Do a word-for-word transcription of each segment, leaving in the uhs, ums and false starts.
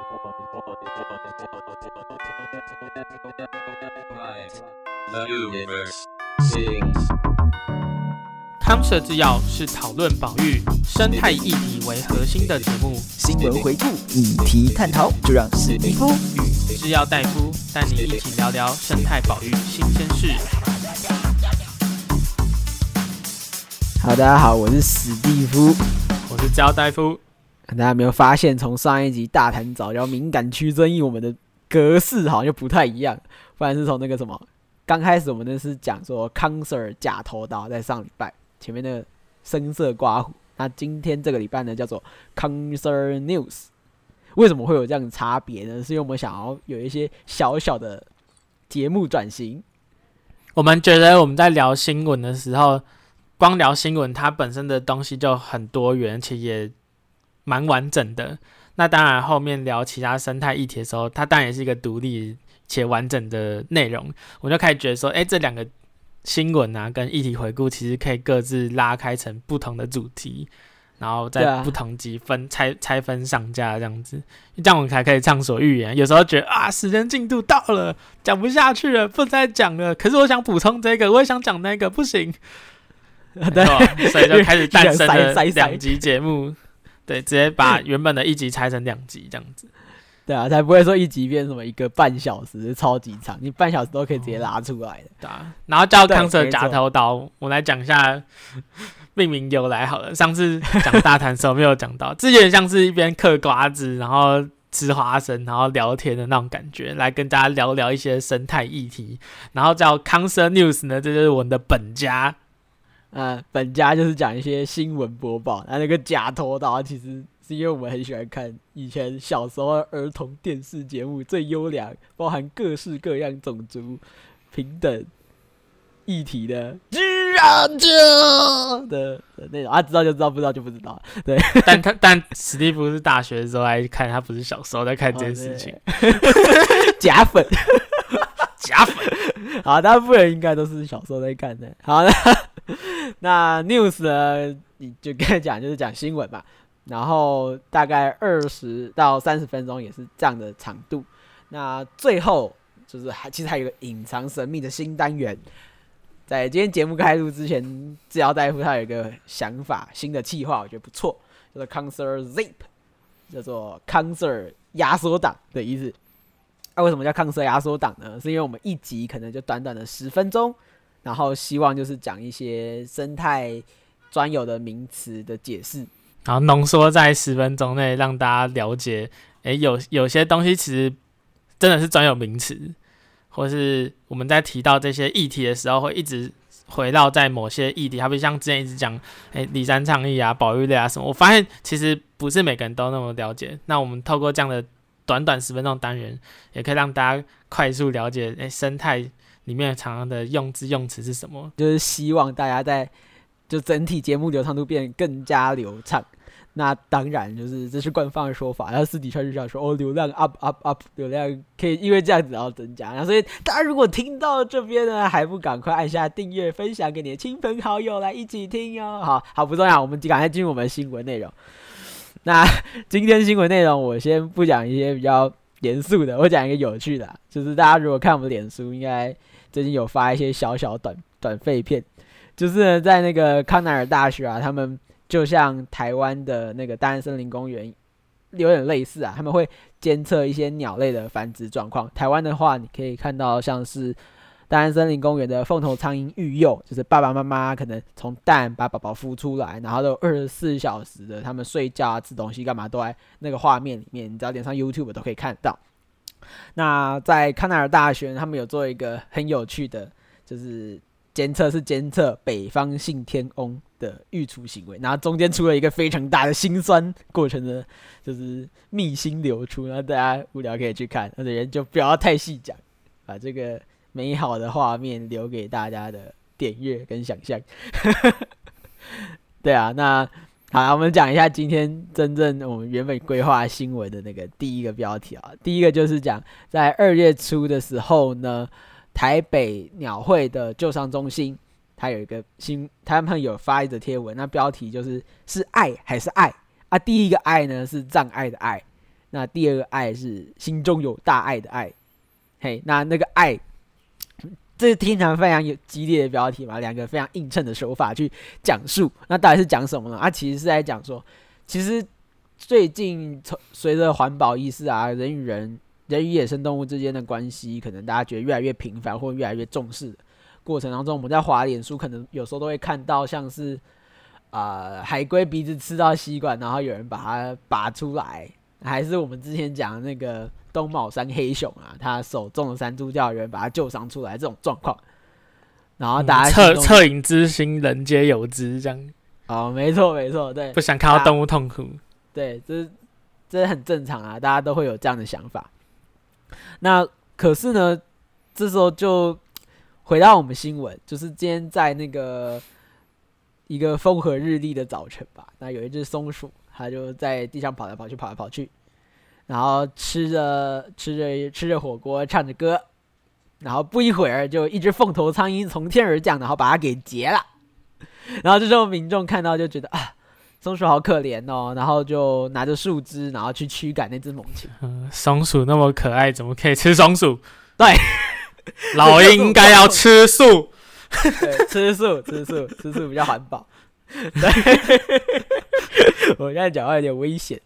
The universe sings。 康舍制药是讨论保育、生态议题为核心的节目， 新闻回顾、议题探讨，就让史蒂夫与制药大夫带你一起聊聊生态保育新鲜事。 好，大家好，我是史蒂夫， 我是制药大夫。 大家有没有发现，从上一集大谈早教敏感区争议，我们的格式好像就不太一样，不然是从那个什么，刚开始我们那是讲说康 Sir 假头刀，在上礼拜前面那个深色刮胡，那今天这个礼拜呢叫做康 Sir News。为什么会有这样的差别呢？是因为我们想要有一些小小的节目转型。 我们觉得我们在聊新闻的时候，光聊新闻它本身的东西就很多元，而且也蛮完整的。那当然后面聊其他生态议题的时候，它当然也是一个独立且完整的内容。我就开始觉得说，哎，这两个新闻啊跟议题回顾其实可以各自拉开成不同的主题，然后在不同集分、啊、拆拆分上架这样子，这样我们才可以畅所欲言。有时候觉得啊，时间进度到了，讲不下去了，不再讲了。可是我想补充这个，我也想讲那个，不行。对，所以就开始诞生了两集节目。对，直接把原本的一集拆成两集这样子。 对啊，才不会说一集变什么一个半小时超级长，你半小时都可以直接拉出来的。 对啊，然后叫康 Sir 假头刀，我来讲一下命名由来好了。上次讲大谈的时候没有讲到，之前像是一边嗑瓜子，然后吃花生，然后聊天的那种感觉，来跟大家聊聊一些生态议题。然后叫康 Sir News 呢，这就是我们的本家。 呃，本家就是讲一些新闻播报，那那个假头刀其实是因为我们很喜欢看以前小时候的儿童电视节目，最优良，包含各式各样种族平等议题的居然者的的那种啊，知道就知道，不知道就不知道。对， 但他但史蒂夫是大学的时候来看，他不是小时候在看这件事情。 哦、假粉， 假粉。 好，大部分人应该都是小时候在看的。好，那那 news 呢，你就刚才讲就是讲新闻嘛，然后大概二十到三十分钟也是这样的长度。那最后就是还其实还有一个隐藏神秘的新单元，在今天节目开录之前，制药大夫他有一个想法，新的企划，我觉得不错，叫做康 Sir Zip， 叫做康 Sir 压缩档的意思。那、啊、为什么叫康 Sir 压缩档呢？是因为我们一集可能就短短的十分钟，然后希望就是讲一些生态专有的名词的解释， 然后浓缩在十分钟内，让大家了解，哎，有有些东西其实真的是专有名词，或是我们在提到这些议题的时候，会一直回绕在某些议题，好比像之前一直讲，哎，里山倡议啊、保育类啊什么，我发现其实不是每个人都那么了解。那我们透过这样的短短十分钟的单元，也可以让大家快速了解，哎，生态里面常常的用字用词是什么？ 就是希望大家在就整体节目流畅度变得更加流畅。那当然就是这是官方的说法，然后私底下就想说哦，流量 up up up， 流量可以因为这样子然后增加。然后所以大家如果听到这边呢，还不赶快按下订阅，分享给你的亲朋好友来一起听哦。好，好不重要，我们赶快进入我们的新闻内容。那今天新闻内容我先不讲一些比较严肃的，我讲一个有趣的、啊，就是大家如果看我们脸书，应该最近有发一些小小短短废片，就是呢在那个康奈尔大学啊，他们就像台湾的那个大安森林公园有点类似啊，他们会监测一些鸟类的繁殖状况。台湾的话，你可以看到像是大安森林公园的凤头苍鹰育幼，就是爸爸妈妈可能从蛋把宝宝孵出来，然后都二十四小时的，他们睡觉啊、吃东西干嘛都在那个画面里面，你只要点上 YouTube 都可以看到。那在康奈尔大学，他们有做一个很有趣的，就是监测是监测北方信天翁的育雏行为，然后中间出了一个非常大的辛酸过程的，就是秘辛流出，然后大家无聊可以去看，而且人就不要太细讲，把这个美好的画面留给大家的点阅跟想象。对啊，那好，我们讲一下今天真正我们原本规划新闻的那个第一个标题啊。第一个就是讲在二月初的时候呢，台北鸟会的救伤中心，它有一个新，他们有发一则贴文，那标题就是是爱还是爱啊？第一个爱呢是障碍的爱， 那第二个爱是心中有大爱的爱。嘿，那那个爱，这听起来非常有激烈的标题嘛，两个非常映衬的手法去讲述。那到底是讲什么呢？啊，其实是在讲说，其实最近随着环保意识啊，人与人、人与野生动物之间的关系，可能大家觉得越来越频繁或越来越重视的过程当中，我们在滑脸书，可能有时候都会看到像是呃海龟鼻子吃到吸管，然后有人把它拔出来，还是我们之前讲的那个东卯山黑熊啊，他手中了山猪吊，有人把它救伤出来这种状况，然后大家恻恻隐之心，人皆有之，这样。 哦，没错没错，对， 不想看到动物痛苦。 对，这这很正常啊，大家都会有这样的想法。那可是呢，这时候就回到我们新闻，就是今天在那个一个风和日丽的早晨吧，那有一只松鼠，它就在地上跑来跑去，跑来跑去。然后吃着吃着吃着火锅，唱着歌，然后不一会儿就一只凤头苍蝇从天而降，然后把它给劫了。然后这时候民众看到就觉得啊，松鼠好可怜哦，然后就拿着树枝，然后去驱赶那只猛禽。 嗯，松鼠那么可爱，怎么可以吃松鼠？ 对， 老鹰应该要吃素。 对，吃素吃素吃素比较环保。对，我现在讲话有点危险。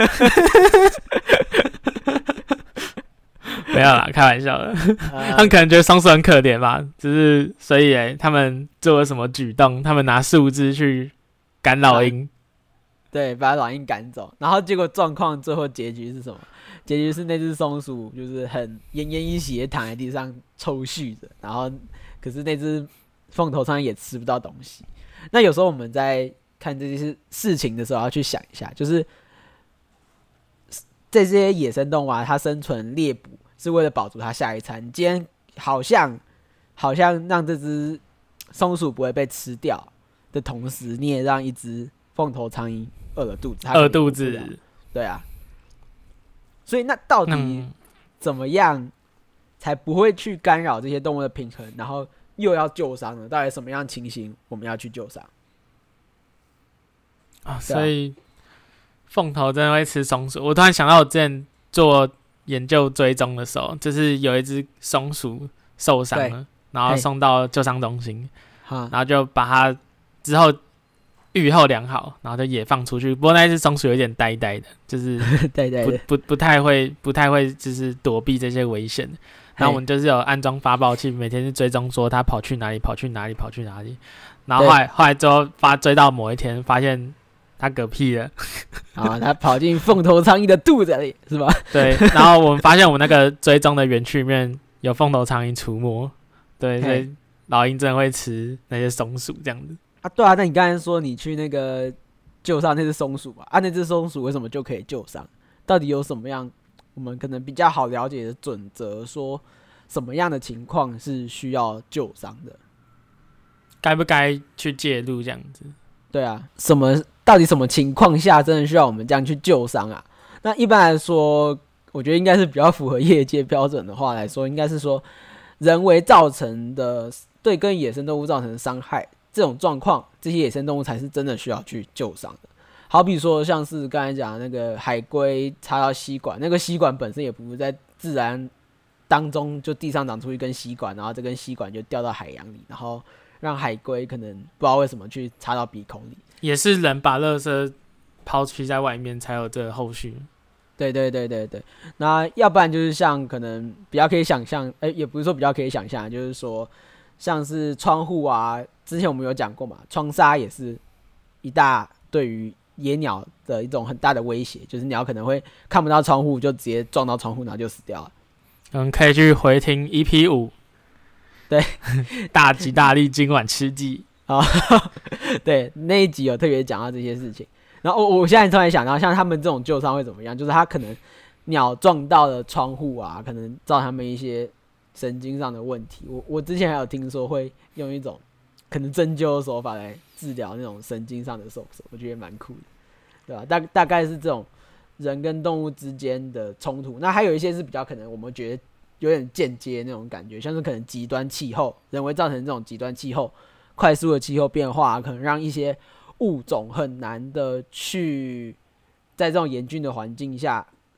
没有啦，开玩笑的。他们可能觉得松鼠很可怜吧，只是所以、欸、他们做了什么举动？他们拿树枝去赶老鹰、啊， 对，把老鹰赶走。然后结果状况最后结局是什么？结局是那只松鼠就是很奄奄一息，躺在地上抽搐着。然后可是那只凤头苍蝇也吃不到东西。那有时候我们在看这些事情的时候，要去想一下，就是这些野生动物啊，它生存猎捕是为了保住它下一餐。今天好像好像让这只松鼠不会被吃掉的同时，你也让一只凤头苍蝇饿了肚子， 饿肚子， 对啊。所以那到底怎么样才不会去干扰这些动物的平衡，然后又要救伤呢？到底什么样的情形我们要去救伤啊？所以凤头真的会吃松鼠。我突然想到，我之前做研究追踪的时候，就是有一只松鼠受伤了，然后送到救伤中心，然后就把它之后预后良好，然后就也放出去。不过那只松鼠有点呆呆的，就是呆呆的， 不不不太会，不太会就是躲避这些危险。然后我们就是有安装发报器，每天去追踪说它跑去哪里，跑去哪里，跑去哪里。然后后来后来之后发追到某一天，发现它嗝屁了， 啊，它跑进凤头苍蝇的肚子里，是吧？ 对。然后我们发现我们那个追踪的园区里面有凤头苍蝇出没，对，所以老鹰真的会吃那些松鼠这样子。 啊，对啊，那你刚才说你去那个救伤那只松鼠吧？啊，那只松鼠为什么就可以救伤？到底有什么样我们可能比较好了解的准则？说什么样的情况是需要救伤的？ 该不该去介入这样子？ 对啊，什么到底什么情况下真的需要我们这样去救伤啊？那一般来说，我觉得应该是比较符合业界标准的话来说，应该是说人为造成的对跟野生动物造成的伤害。这种状况，这些野生动物才是真的需要去救伤的。好比说，像是刚才讲的那个海龟插到吸管，那个吸管本身也不是在自然当中就地上长出一根吸管，然后这根吸管就掉到海洋里，然后让海龟可能不知道为什么去插到鼻孔里。 也是人把垃圾抛弃在外面才有这个后续。 对对对对对，那要不然就是像可能比较可以想象，哎，也不是说比较可以想象，就是说像是窗户啊。之前我们有讲过嘛，窗纱也是一大对于野鸟的一种很大的威胁，就是鸟可能会看不到窗户，就直接撞到窗户，然后就死掉了。 嗯，可以去回听 E P 五， 对， 大吉大利，今晚吃鸡啊，对，那一集有特别讲到这些事情。然后我我现在突然想到，像他们这种救伤会怎么样？就是他可能鸟撞到了窗户啊，可能造成他们一些神经上的问题。我我之前还有听说会用一种可能针灸的手法来治疗那种神经上的受损，我觉得蛮酷的，对吧？大大概是这种人跟动物之间的冲突。那还有一些是比较可能我们觉得有点间接那种感觉，像是可能极端气候，人为造成这种极端气候、快速的气候变化，可能让一些物种很难的去在这种严峻的环境下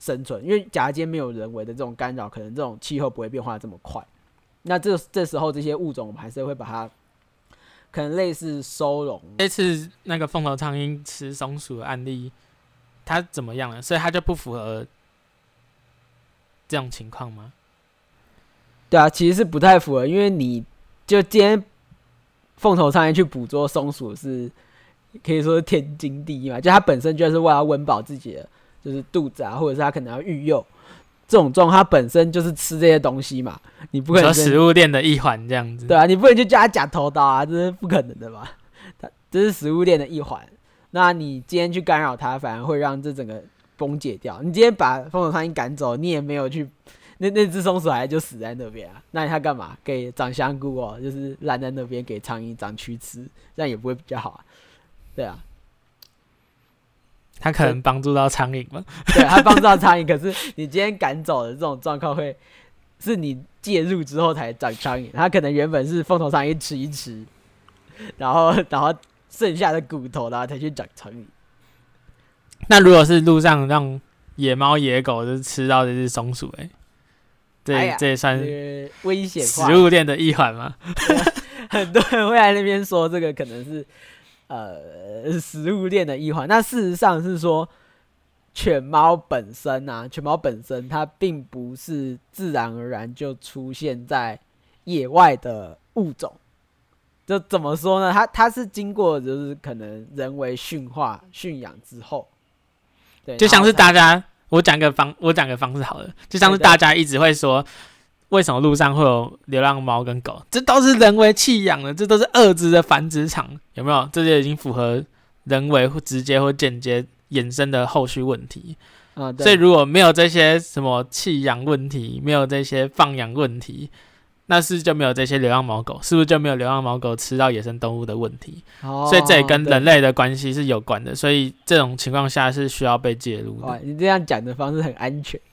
生存，因为假如今天没有人为的这种干扰，可能这种气候不会变化这么快。那这这时候这些物种，我们还是会把它可能类似收容。 这次那个凤头苍鹰吃松鼠的案例，它怎么样了？所以它就不符合这种情况吗？ 对啊，其实是不太符合，因为你就今天凤头苍鹰去捕捉松鼠是可以说是天经地义嘛，就它本身就是为了温饱自己的就是肚子啊，或者是它可能要育幼，这种状况它本身就是吃这些东西嘛，你不可能说食物链的一环这样子。 对啊，你不能就叫它假头刀啊，这是不可能的嘛，它这是食物链的一环。那你今天去干扰它，反而会让这整个崩解掉。你今天把凤头苍鹰赶走，你也没有去。那那只松鼠还就死在那边啊？那它干嘛？给长香菇哦，就是烂在那边给苍蝇长蛆吃，这样也不会比较好啊。对啊， 它可能帮助到苍蝇吗？ 对，它帮助到苍蝇，可是你今天赶走的这种状况，会是你介入之后才长苍蝇。它可能原本是凤头苍蝇吃一吃，然后然后剩下的骨头，然后才去长苍蝇。 那如果是路上让野猫野狗就是吃到这只松鼠、欸，哎，这、 哎、 这也算危险食物链的一环吗？ 很多人会在那边说这个可能是。呃，食物链的一环。那事实上是说，犬猫本身啊，犬猫本身它并不是自然而然就出现在野外的物种。就怎么说呢？它它是经过就是可能人为驯化、驯养之后，对， 就像是大家，我讲个方，我讲个方式好了，就像是大家一直会说。为什么路上会有流浪猫跟狗？这都是人为弃养的，这都是二质的繁殖场，有没有？这就已经符合人为或直接或间接衍生的后续问题。 嗯、 所以如果没有这些什么弃养问题，没有这些放养问题，那是不是就没有这些流浪猫狗？是不是就没有流浪猫狗吃到野生动物的问题？ 哦、 所以这也跟人类的关系是有关的。所以这种情况下是需要被介入的。 哇，你这样讲的方式很安全。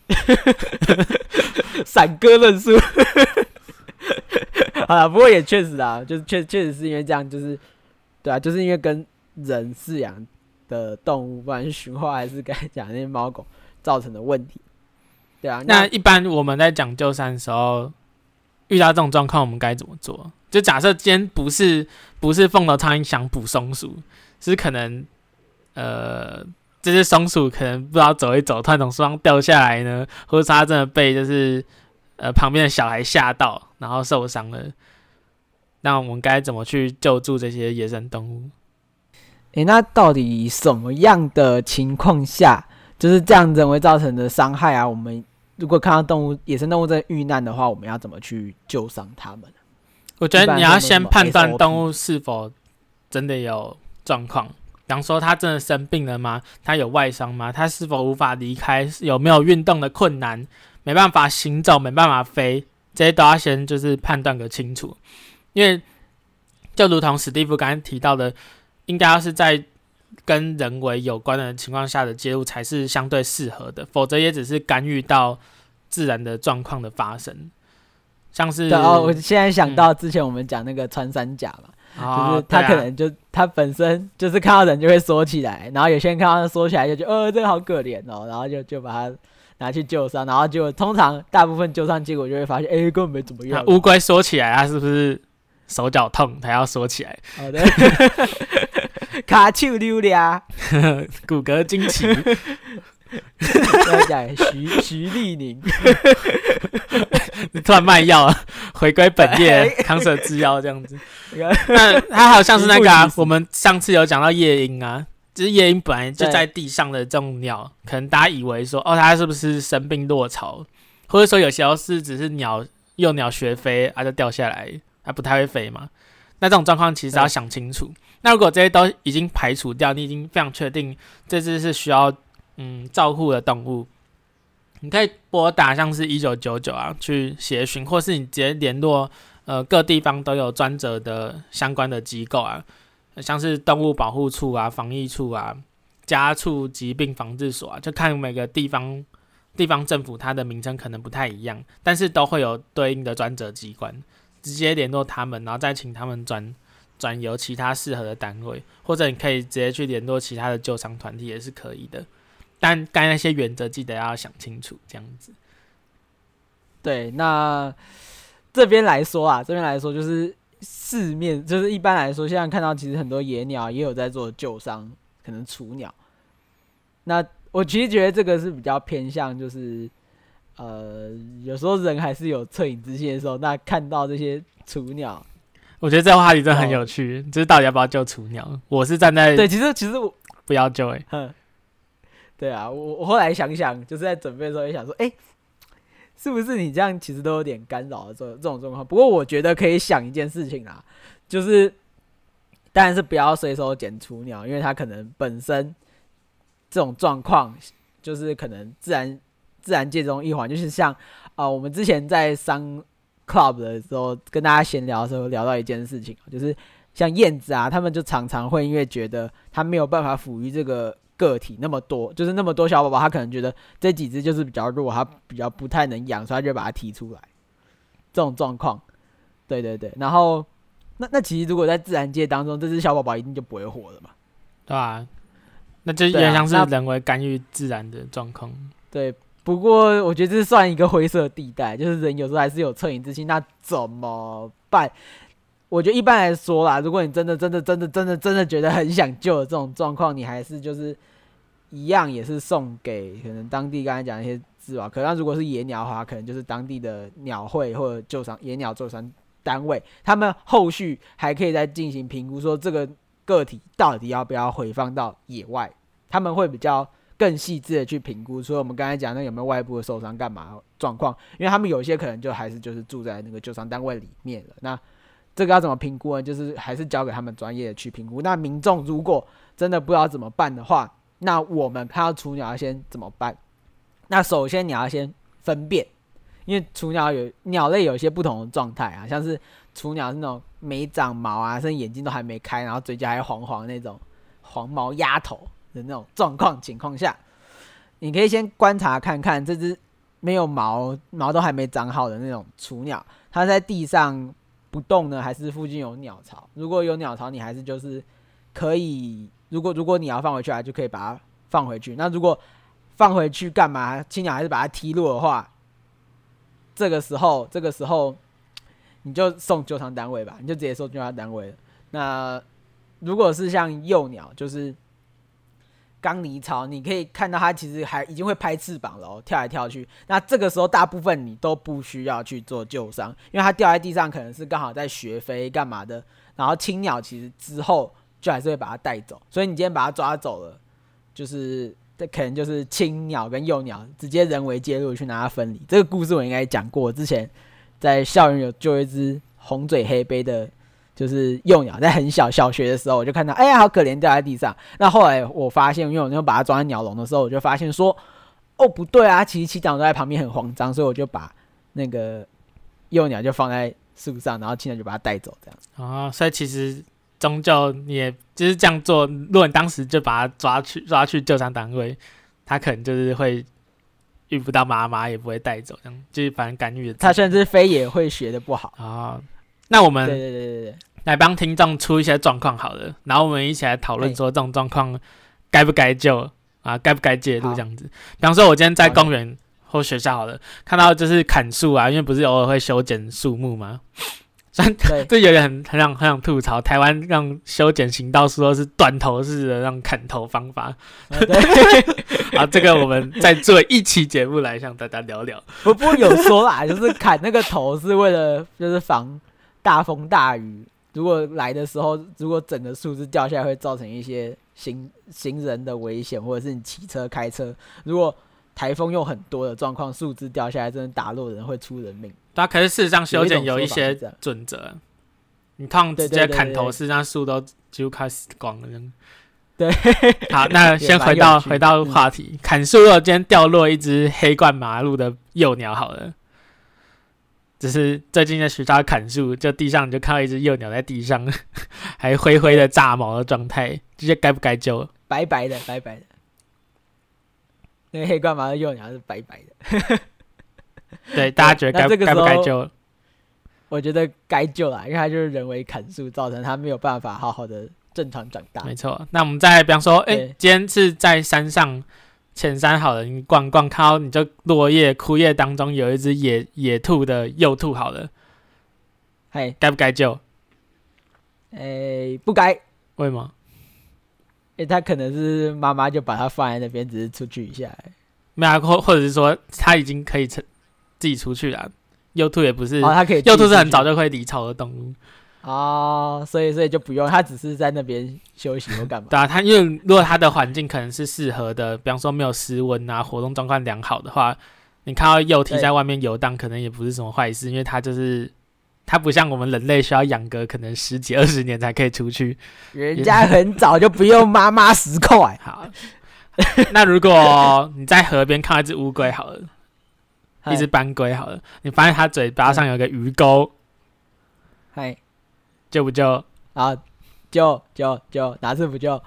散割论述，好了，不过也确实啊，就是确确实是因为这样，就是对啊，就是因为跟人饲养的动物，不管是驯化还是刚才讲那些猫狗造成的问题，对啊。 那, 那一般我们在讲救山的时候，遇到这种状况，我们该怎么做？就假设今天不是不是凤头苍蝇想捕松鼠，是可能呃。这只松鼠可能不知道走一走，突然从树上掉下来呢，或者它真的被就是呃旁边的小孩吓到，然后受伤了。那我们该怎么去救助这些野生动物？ 欸，那到底什么样的情况下，就是这样人为造成的伤害啊？我们如果看到动物、野生动物在遇难的话，我们要怎么去救伤它们？ 我觉得你要先判断动物是否真的有状况。比方说，它真的生病了吗？它有外伤吗？它是否无法离开？有没有运动的困难？没办法行走，没办法飞，这些都要先就是判断个清楚。因为就如同史蒂夫刚才提到的，应该要是在跟人为有关的情况下的介入才是相对适合的，否则也只是干预到自然的状况的发生。像是对哦，我现在想到之前我们讲那个穿山甲嘛。 嗯、 就是他可能就、啊、他本身就是看到人就会缩起来，然后有些人看到他缩起来就觉得呃这个好可怜哦，然后就就把他拿去救伤，然后结果通常大部分救伤结果就会发现，哎、欸、根本没怎么样。 乌龟缩起来，他是不是手脚痛才要缩起来？ 好的，卡丘溜俩， 骨骼惊奇。 要讲徐徐立宁， 你突然卖药，回归本业，康舍制药这样子。那它好像是那个、啊，我们上次有讲到夜莺啊，就是夜莺本来就在地上的这种鸟，可能大家以为说，哦，它是不是生病落巢，或者说有时候是只是鸟幼鸟学飞啊就掉下来，它不太会飞嘛。那这种状况其实要想清楚。那如果这些都已经排除掉，你已经非常确定这只是需要嗯照护的动物，你可以拨打像是一九九九啊去协寻，或是你直接联络呃各地方都有专责的相关的机构啊，像是动物保护处啊、防疫处啊、家畜疾病防治所啊，就看每个地方地方政府它的名称可能不太一样，但是都会有对应的专责机关，直接联络他们，然后再请他们转转由其他适合的单位，或者你可以直接去联络其他的救伤团体也是可以的。 但该那些原则记得要想清楚，这样子。 对，那这边来说啊，这边来说就是市面，就是一般来说，现在看到其实很多野鸟也有在做救伤，可能雏鸟。那我其实觉得这个是比较偏向，就是呃，有时候人还是有恻隐之心的时候，那看到这些雏鸟， 我觉得这个话题真的很有趣，就是到底要不要救雏鸟？我是站在对，其实其实我不要救哎、欸， 嗯，对啊，我我后来想想，就是在准备的时候也想说，哎、欸，是不是你这样其实都有点干扰的这这种状况？不过我觉得可以想一件事情啦，就是当然是不要随手捡雏鸟，因为它可能本身这种状况就是可能自然自然界中一环，就是像啊、呃，我们之前在商 club 的时候跟大家闲聊的时候聊到一件事情，就是像燕子啊，他们就常常会因为觉得他没有办法抚育这个个体那么多，就是那么多小宝宝，他可能觉得这几只就是比较弱，他比较不太能养，所以他就把它提出来。这种状况，对对对。然后那那其实如果在自然界当中，这只小宝宝一定就不会活了嘛， 对吧、啊？那就有点像是人为干预自然的状况。 对，不过我觉得这算一个灰色地带，就是人有时候还是有恻隐之心，那怎么办？我觉得一般来说啦，如果你真的真的真的真的真的觉得很想救的这种状况，你还是就是一样也是送给可能当地刚才讲的一些资源。可能如果是野鸟的话，可能就是当地的鸟会或者救伤野鸟救伤单位，他们后续还可以再进行评估，说这个个体到底要不要回放到野外，他们会比较更细致的去评估。所以我们刚才讲那有没有外部的受伤干嘛状况，因为他们有些可能就还是就是住在那个救伤单位里面了。那这个要怎么评估呢？就是还是交给他们专业的去评估。那民众如果真的不知道怎么办的话，那我们看到雏鸟要先怎么办？那首先你要先分辨，因为雏鸟有鸟类有一些不同的状态啊，像是雏鸟是那种没长毛啊，甚至眼睛都还没开，然后嘴角还黄黄那种黄毛丫头的那种状况情况下，你可以先观察看看这只没有毛毛都还没长好的那种雏鸟，它在地上不动呢，还是附近有鸟巢？如果有鸟巢，你还是就是可以，如果如果你要放回去，就可以把它放回去。那如果放回去干嘛？青鸟还是把它踢落的话，这个时候这个时候你就送救伤单位吧，你就直接送救伤单位了。那如果是像幼鸟，就是刚离巢，你可以看到它其实还已经会拍翅膀了、哦，跳来跳去。那这个时候大部分你都不需要去做救伤，因为它掉在地上可能是刚好在学飞干嘛的。然后青鸟其实之后就还是会把它带走，所以你今天把它抓走了，就是可能就是青鸟跟幼鸟直接人为介入去拿它分离。这个故事我应该讲过，之前在校园有救一只红嘴黑背的。就是幼鸟在很小小学的时候，我就看到，哎呀，好可怜，掉在地上。那后来我发现，因为我就把它装在鸟笼的时候，我就发现说，哦，不对啊，其实其他鸟都在旁边很慌张，所以我就把那个幼鸟就放在树上，然后青鸟就把它带走，这样。 哦，所以其实终究你也就是这样做。如果你当时就把它抓去抓去救伤单位，它可能就是会遇不到妈妈，也不会带走，这样就是反正干预的。 它甚至飞也会学的不好啊。哦，那我们对对对对对， 来帮听众出一些状况好了，然后我们一起来讨论说这种状况该不该救啊，该不该介入这样子。比方说，我今天在公园或学校好了，看到就是砍树啊，因为不是偶尔会修剪树木吗？这有点很很想很想吐槽，台湾让修剪行道树都是断头式的让砍头方法。 啊，对啊，这个我们再做一期节目来向大家聊聊。 不过有说啦，就是砍那个头是为了就是防大风大雨，如果来的时候，如果整个树枝掉下来，会造成一些行行人的危险，或者是你骑车开车，如果台风又很多的状况，树枝掉下来真的打落人会出人命。 对啊，可是事实上修剪有一些准则，你通常直接砍头是让树都几乎快死光了。 对， 好，那先回到回到话题，嗯、砍树如果今天掉落一只黑冠麻鹭的幼鸟好了。只是最近在学校砍树，就地上你就看到一只幼鸟在地上，还灰灰的炸毛的状态，这些该不该救？ 白白的，白白的。那个黑冠麻的幼鸟是白白的。 对，大家觉得该该不该救？ 我觉得该救啦，因为它就是人为砍树，造成它没有办法好好的正常长大。 没错。那我们再比方说，哎、欸，今天是在山上前山好了，你逛逛，看到你就落叶枯叶当中有一只野野兔的幼兔好了， 嘿， 该不该救？ 诶、不该， 为什么？ 因为他可能是妈妈就把它放在那边，只是出去一下而已。 没有啊，或或者是说他已经可以自己出去了。幼兔也不是， 哦，他可以自己幼兔是很出去早就会离巢的动物。 哦，所以所以就不用，他只是在那边休息或干嘛。 对啊，它因为如果它的环境可能是适合的，比方说没有失温啊，活动状况良好的话，你看到幼体在外面游荡，可能也不是什么坏事，因为它就是它不像我们人类需要养个可能十几二十年才可以出去， 人家很早就不用妈妈十块。 好，那如果你在河边看到一只乌龟好了，一只斑龟好了，你发现它嘴巴上有个鱼钩， 嗨， 救不救？ 啊，救救救，哪次不救？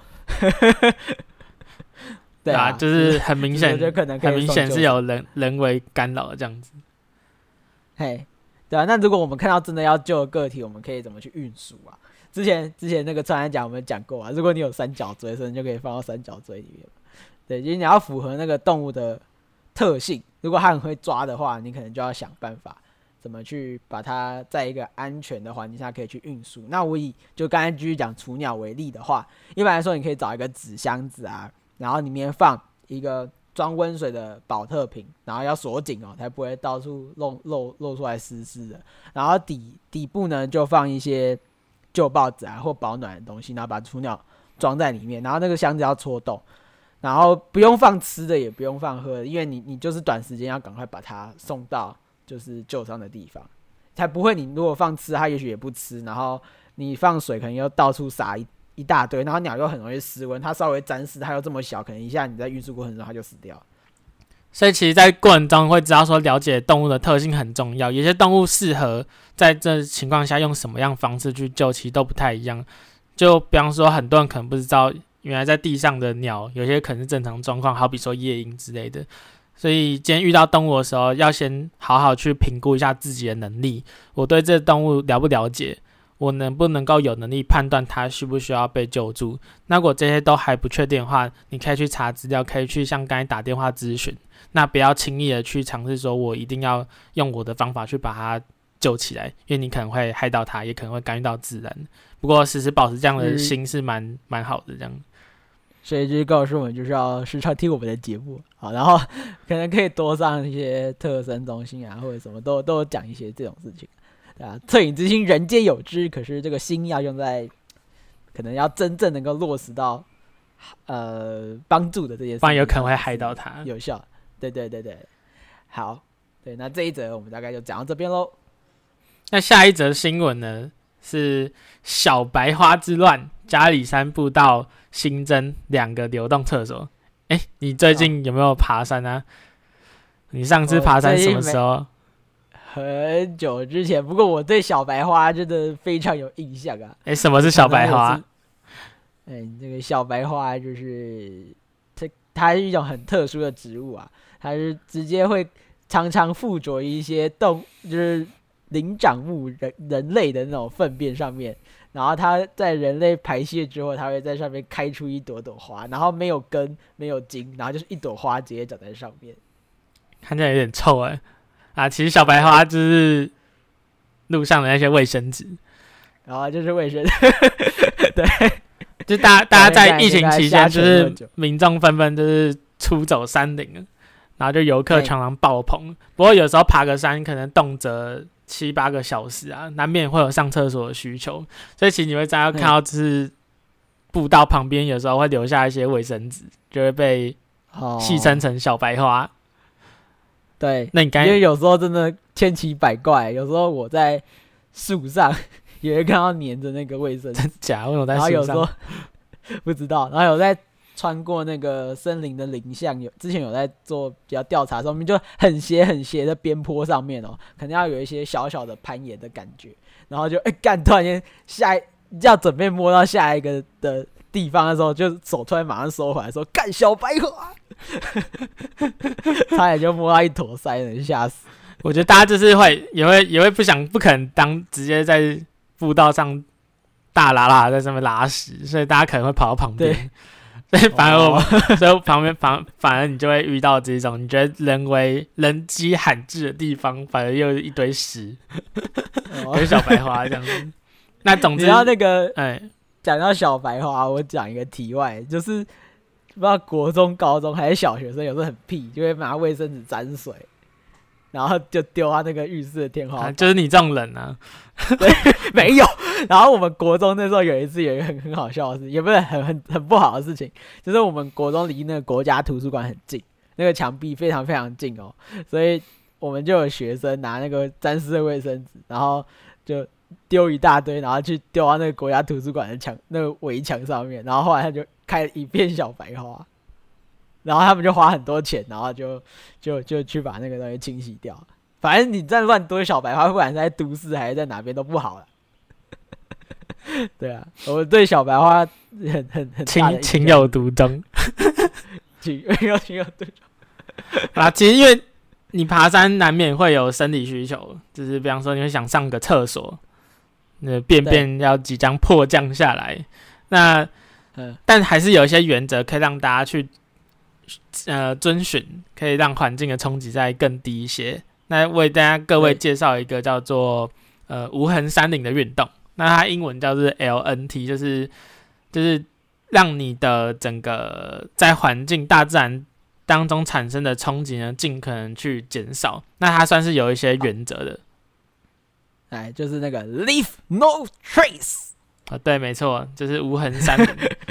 对啊， 就是很明显， 就可能可以很明显送救是有人人为干扰的这样子。 嘿，对啊，那如果我们看到真的要救的个体，我们可以怎么去运输啊？之前之前那个传染讲我们讲过啊，如果你有三角锥，所以你就可以放到三角锥里面。对，就是你要符合那个动物的特性，如果它很会抓的话，你可能就要想办法怎么去把它在一个安全的环境下可以去运输。那我以就刚才继续讲雏鸟为例的话，一般来说你可以找一个纸箱子啊，然后里面放一个装温水的保特瓶，然后要锁紧哦，才不会到处露露露出来湿湿的。然后底底部呢就放一些旧报纸啊或保暖的东西，然后把雏鸟装在里面，然后那个箱子要戳洞，然后不用放吃的，也不用放喝的，因为你你就是短时间要赶快把它送到就是救伤的地方，才不会你如果放吃，它也许也不吃，然后你放水可能又到处撒一一大堆，然后鸟又很容易失温，它稍微沾湿，它又这么小，可能一下你在运输过程中它就死掉了。 所以其实，在过程中会知道说，了解动物的特性很重要。有些动物适合在这情况下用什么样方式去救，其实都不太一样。就比方说，很多人可能不知道，原来在地上的鸟，有些可能是正常状况，好比说夜莺之类的。所以今天遇到动物的时候，要先好好去评估一下自己的能力，我对这动物了不了解，我能不能够有能力判断它需不需要被救助。那如果这些都还不确定的话，你可以去查资料，可以去向刚才打电话咨询。那不要轻易的去尝试说我一定要用我的方法去把它救起来，因为你可能会害到它，也可能会干预到自然。不过时时保持这样的心是蛮蛮好的这样。 所以就是告诉我们，就是要时常听我们的节目，好，然后可能可以多上一些特生中心啊，或者什么都都讲一些这种事情，对啊，恻隐之心人皆有之，可是这个心要用在可能要真正能够落实到呃帮助的这件事情， 不然有可能会害到它， 有效。对对对对，好，对，那这一则我们大概就讲到这边喽。 那下一则新闻呢是小白花之乱，嘉里山步道新增两个流动厕所。哎，你最近有没有爬山啊？你上次爬山什么时候？ 很久之前，不过我对小白花真的非常有印象啊。 哎，什么是小白花？ 哎，这个小白花就是它，它是一种很特殊的植物啊。它是直接会常常附着一些动，就是灵长目人人类的那种粪便上面，然后它在人类排泄之后，它会在上面开出一朵朵花，然后没有根没有茎，然后就是一朵花直接长在上面， 看起来有点臭哎、欸、啊！其实小白花就是路上的那些卫生纸， 然后就是卫生，对， 就大大家在疫情期间，就是民众纷纷就是出走山林了。然后就游客常常爆棚，不过有时候爬个山可能动辄七八个小时啊，难免会有上厕所的需求，所以其实你会在要看到就是步道旁边有时候会留下一些卫生纸，就会被戏称成小白花。哦、 对， 那你刚因为有时候真的千奇百怪，有时候我在树上也会看到粘着那个卫生纸， 真假？为什么在树上？ 然后有时候不知道，然后有在。穿过那个森林的林相，有之前有在做比较调查的时候，我们就很斜很斜的边坡上面哦，可能要有一些小小的攀岩的感觉，然后就哎干、欸，突然间下一要准备摸到下一个的地方的时候，就手突然马上收回来说干小白花，差点就摸到一坨塞了，吓死！ 我觉得大家就是会也会也会不想不可能当直接在步道上大拉拉在上面拉屎，所以大家可能会跑到旁边。 所以反而我们，哦、所以旁边反反而你就会遇到这种你觉得人为人迹罕至的地方，反而又一堆屎，哦、跟小白花这样子。那总之， 你知道那个， 哎， 讲到小白花，我讲一个题外，就是不知道国中、高中还是小学生，有时候很屁，就会拿卫生纸沾水。然后就丢他那个浴室的天花板、 啊，就是你这种人啊。 对，没有。然后我们国中那时候有一次有一个很很好笑的事，也不是很很很不好的事情，就是我们国中离那个国家图书馆很近，那个墙壁非常非常近哦，所以我们就有学生拿那个沾湿的卫生纸，然后就丢一大堆，然后去丢到那个国家图书馆的墙那个围墙上面，然后后来他就开了一片小白花。然后他们就花很多钱，然后就就就去把那个东西清洗掉。反正你再乱堆小白花，不管是在都市还是在哪边都不好了。对啊，我对小白花很很很情情有独钟， 情有情有独钟。 啊，其实因为你爬山难免会有生理需求，就是比方说你会想上个厕所，那便便要即将迫降下来，那、嗯、但还是有一些原则可以让大家去。呃，遵循可以让环境的冲击再更低一些。那为大家各位介绍一个叫做呃无痕山林的运动，那它英文叫做 L N T， 就是就是让你的整个在环境大自然当中产生的冲击呢，尽可能去减少。那它算是有一些原则的。 哎，就是那个 leave no trace。 啊，对，没错，就是无痕山林。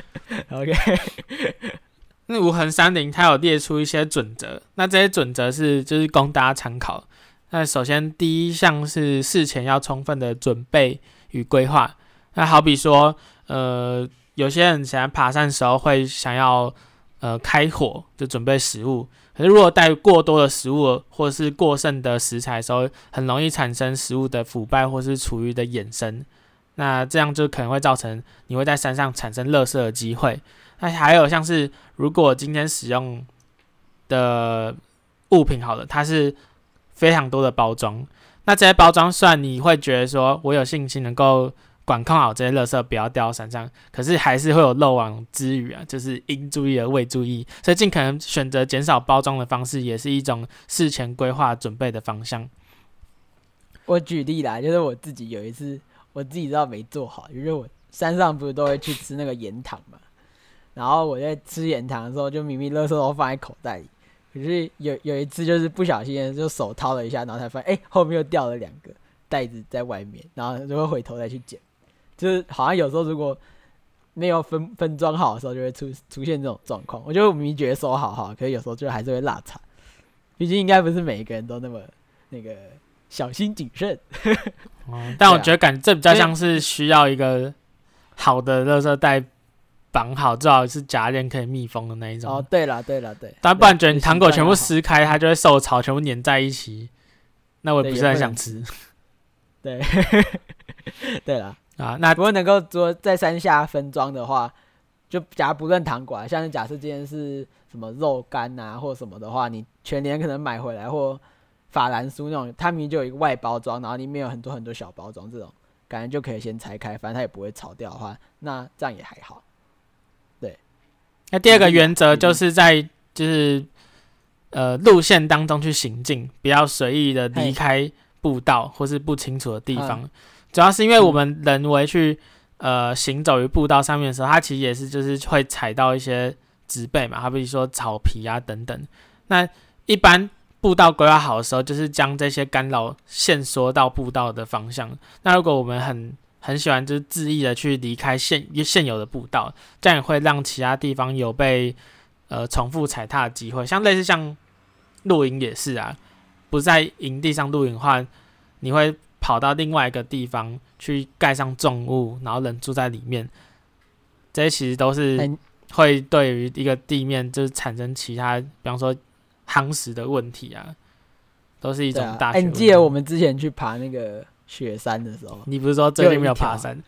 OK。 那无痕山林它有列出一些准则，那这些准则是就是供大家参考。那首先第一项是事前要充分的准备与规划。那好比说，呃，有些人想要爬山的时候会想要呃开火，就准备食物。可是如果带过多的食物或是过剩的食材的时候，很容易产生食物的腐败或是厨余的衍生。那这样就可能会造成你会在山上产生垃圾的机会。那还有像是，如果今天使用的物品好了，它是非常多的包装，那这些包装虽然你会觉得说我有信心能够管控好这些垃圾不要掉到山上，可是还是会有漏网之鱼啊，就是应注意而未注意，所以尽可能选择减少包装的方式，也是一种事前规划准备的方向。 我举例啦，就是我自己有一次，我自己知道没做好，就是我山上不是都会去吃那个盐糖嘛。然后我在吃盐糖的时候，就明明垃圾都放在口袋里，可是有有一次就是不小心就手掏了一下，然后才发现，哎、欸，后面又掉了两个袋子在外面，然后就会回头再去捡。就是好像有时候如果没有分分装好的时候，就会出出现这种状况。我觉得我明明觉得收好好，可是有时候就还是会落差。毕竟应该不是每一个人都那么那个小心谨慎。 哦、但我觉得感这比较像是需要一个好的垃圾袋。绑好，最好是夹链可以密封的那一种。 哦，对了，对了，对。 但不然觉得你糖果全部撕开，它就会受潮，全部粘在一起。那我也不是很想吃。 对，对了啊，那不过能够说在山下分装的话，就假如不论糖果，像是假设今天是什么肉干啊或什么的话，你全年可能买回来或法兰酥那种，它明明就有一个外包装，然后里面有很多很多小包装，这种感觉就可以先拆开，反正它也不会炒掉的话，那这样也还好。 那第二个原则就是在就是呃路线当中去行进，不要随意的离开步道或是不清楚的地方。嗯、主要是因为我们人为去呃行走于步道上面的时候，它其实也是就是会踩到一些植被嘛，好比说草皮啊等等。那一般步道规划好的时候，就是将这些干扰限缩到步道的方向。那如果我们很很喜欢就是恣意的去离开现现有的步道，这样也会让其他地方有被呃重复踩踏的机会。像类似像露营也是啊，不在营地上露营的话，你会跑到另外一个地方去盖上重物，然后人住在里面，这些其实都是会对于一个地面就是产生其他，比方说夯实的问题啊，都是一种大学问题。 哎、啊欸，你记得我们之前去爬那个雪山的时候， 你不是说最近没有爬山？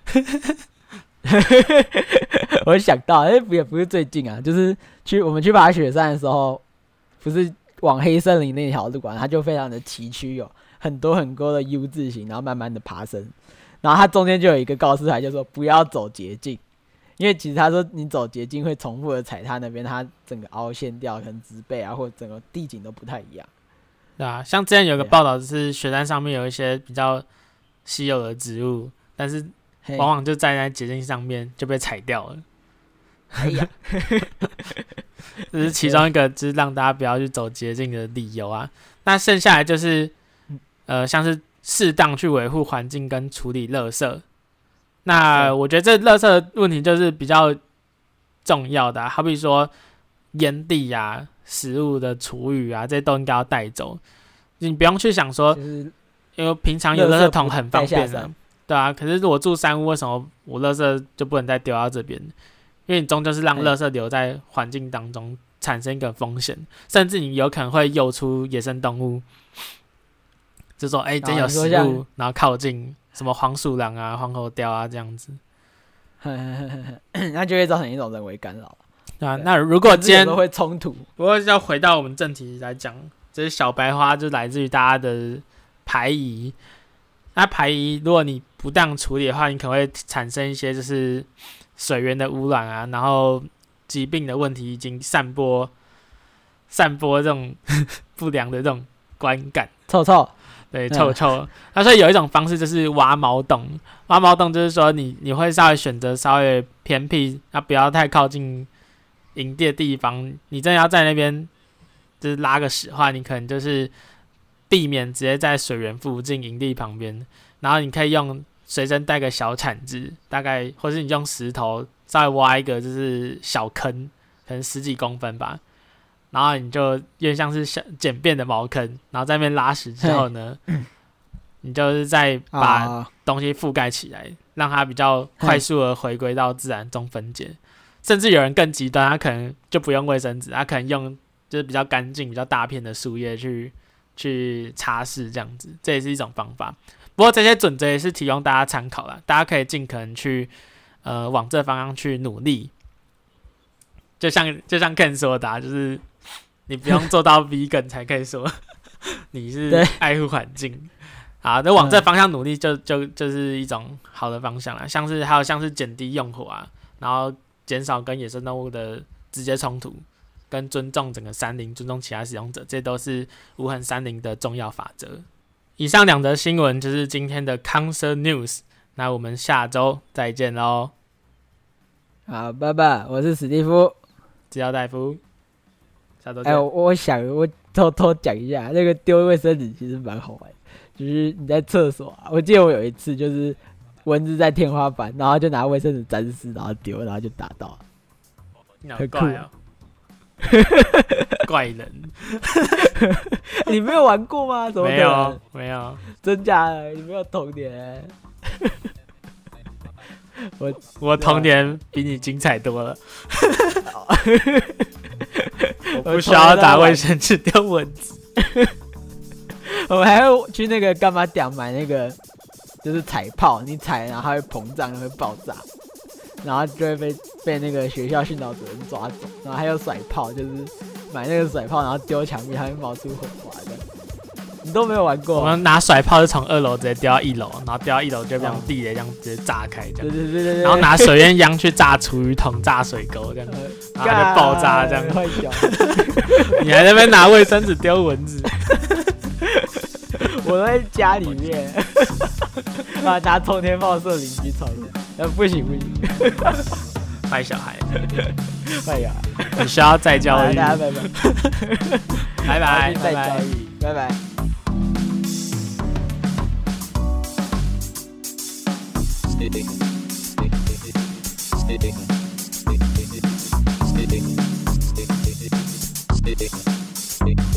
我想到，哎、欸，也不是最近啊，就是去我们去爬雪山的时候，不是往黑森林那条路啊，它就非常的崎岖，有很多很多的 U 字形，然后慢慢的爬升，然后它中间就有一个告示牌，就说不要走捷径， 因为其实他说你走捷径会重复的踩他那边，他整个凹陷掉，可能植被啊或者整个地景都不太一样。 对啊，像之前有个报道是雪山上面有一些比较稀有的植物，但是往往就站在捷径上面就被踩掉了。 哎呀， 这是其中一个就是让大家不要去走捷径的理由啊。那剩下来就是呃像是适当去维护环境跟处理垃圾。那我觉得这垃圾的问题就是比较重要的、啊，好比说烟蒂啊、食物的厨余啊，这些都应该要带走。你不用去想说， 就是因为平常有垃圾桶很方便的，对啊。可是如果住山屋，为什么我垃圾就不能再丢到这边？因为你终究是让垃圾留在环境当中，产生一个风险，甚至你有可能会诱出野生动物，就说哎，真、欸、有食物，然后靠近。什么黄鼠狼啊、黄喉貂啊这样子， 那就会造成一种人为干扰。 对啊，那如果今天都会冲突， 不过要回到我们正题来讲，这、就是小白花就来自于大家的排遗。那排遗，如果你不当处理的话，你可能会产生一些就是水源的污染啊，然后疾病的问题已经散播、散播这种不良的这种观感， 臭臭。 对，臭臭。那、嗯、所以有一种方式就是挖猫洞，挖猫洞就是说你你会稍微选择稍微偏僻，那不要太靠近营地的地方。你真的要在那边就是拉个屎的话，你可能就是避免直接在水源附近营地旁边，然后你可以用随身带个小铲子，大概或是你用石头稍微挖一个就是小坑，可能十几公分吧。然后你就有点像是简便的茅坑，然后在那边拉屎之后呢，你就是再把东西覆盖起来，让它比较快速的回归到自然中分解。甚至有人更极端，他可能就不用卫生纸，他可能用就是比较干净、比较大片的树叶去去擦拭，这样子，这也是一种方法。不过这些准则也是提供大家参考啦，大家可以尽可能去呃往这方向去努力。就像就像 Ken 说的、啊，就是你不用做到 vegan 才可以说你是爱护环境。好，那往这方向努力就就就是一种好的方向啦。像是还有像是减低用火啊，然后减少跟野生动物的直接冲突，跟尊重整个山林、尊重其他使用者，这都是无痕山林的重要法则。以上两则新闻就是今天的 Concert News， 那我们下周再见喽。 好，拜拜，我是史蒂夫， 制药大夫，下周见。 哎、欸，我想我偷偷讲一下，那个丢卫生纸其实蛮好玩的，就是你在厕所啊，我记得我有一次就是蚊子在天花板，然后就拿卫生纸沾湿，然后丢，然后就打到了， 你好怪哦。怪人， 你没有玩过吗？怎么可能？ 没有，没有， 真假的？你没有童年？我我童年比你精彩多了。我不需要打卫生纸丢蚊子。 我们还会去那个干嘛点买那个，就是彩炮，你踩然后它会膨胀，会爆炸。然后就会被被那个学校训导主任抓走，然后还有甩炮，就是买那个甩炮，然后丢墙壁，它会冒出火花的。你都没有玩过？ 我们拿甩炮是从二楼直接丢到一楼，然后丢到一楼就像地雷这样直接炸开这样。 对对对对。 然后拿水鸳鸯去炸厨余桶、炸水沟这样，然后就爆炸这样。你还在那边拿卫生纸丢蚊子？ 我都在家里面，啊，拿冲天炮射邻居床上。呃，不行不行， 坏小孩， 坏呀！ 你需要再教育。 大家拜拜， 拜拜， 再教育，拜拜。 Sitting, sitting, sitting, sitting, sitting, sitting, sitting.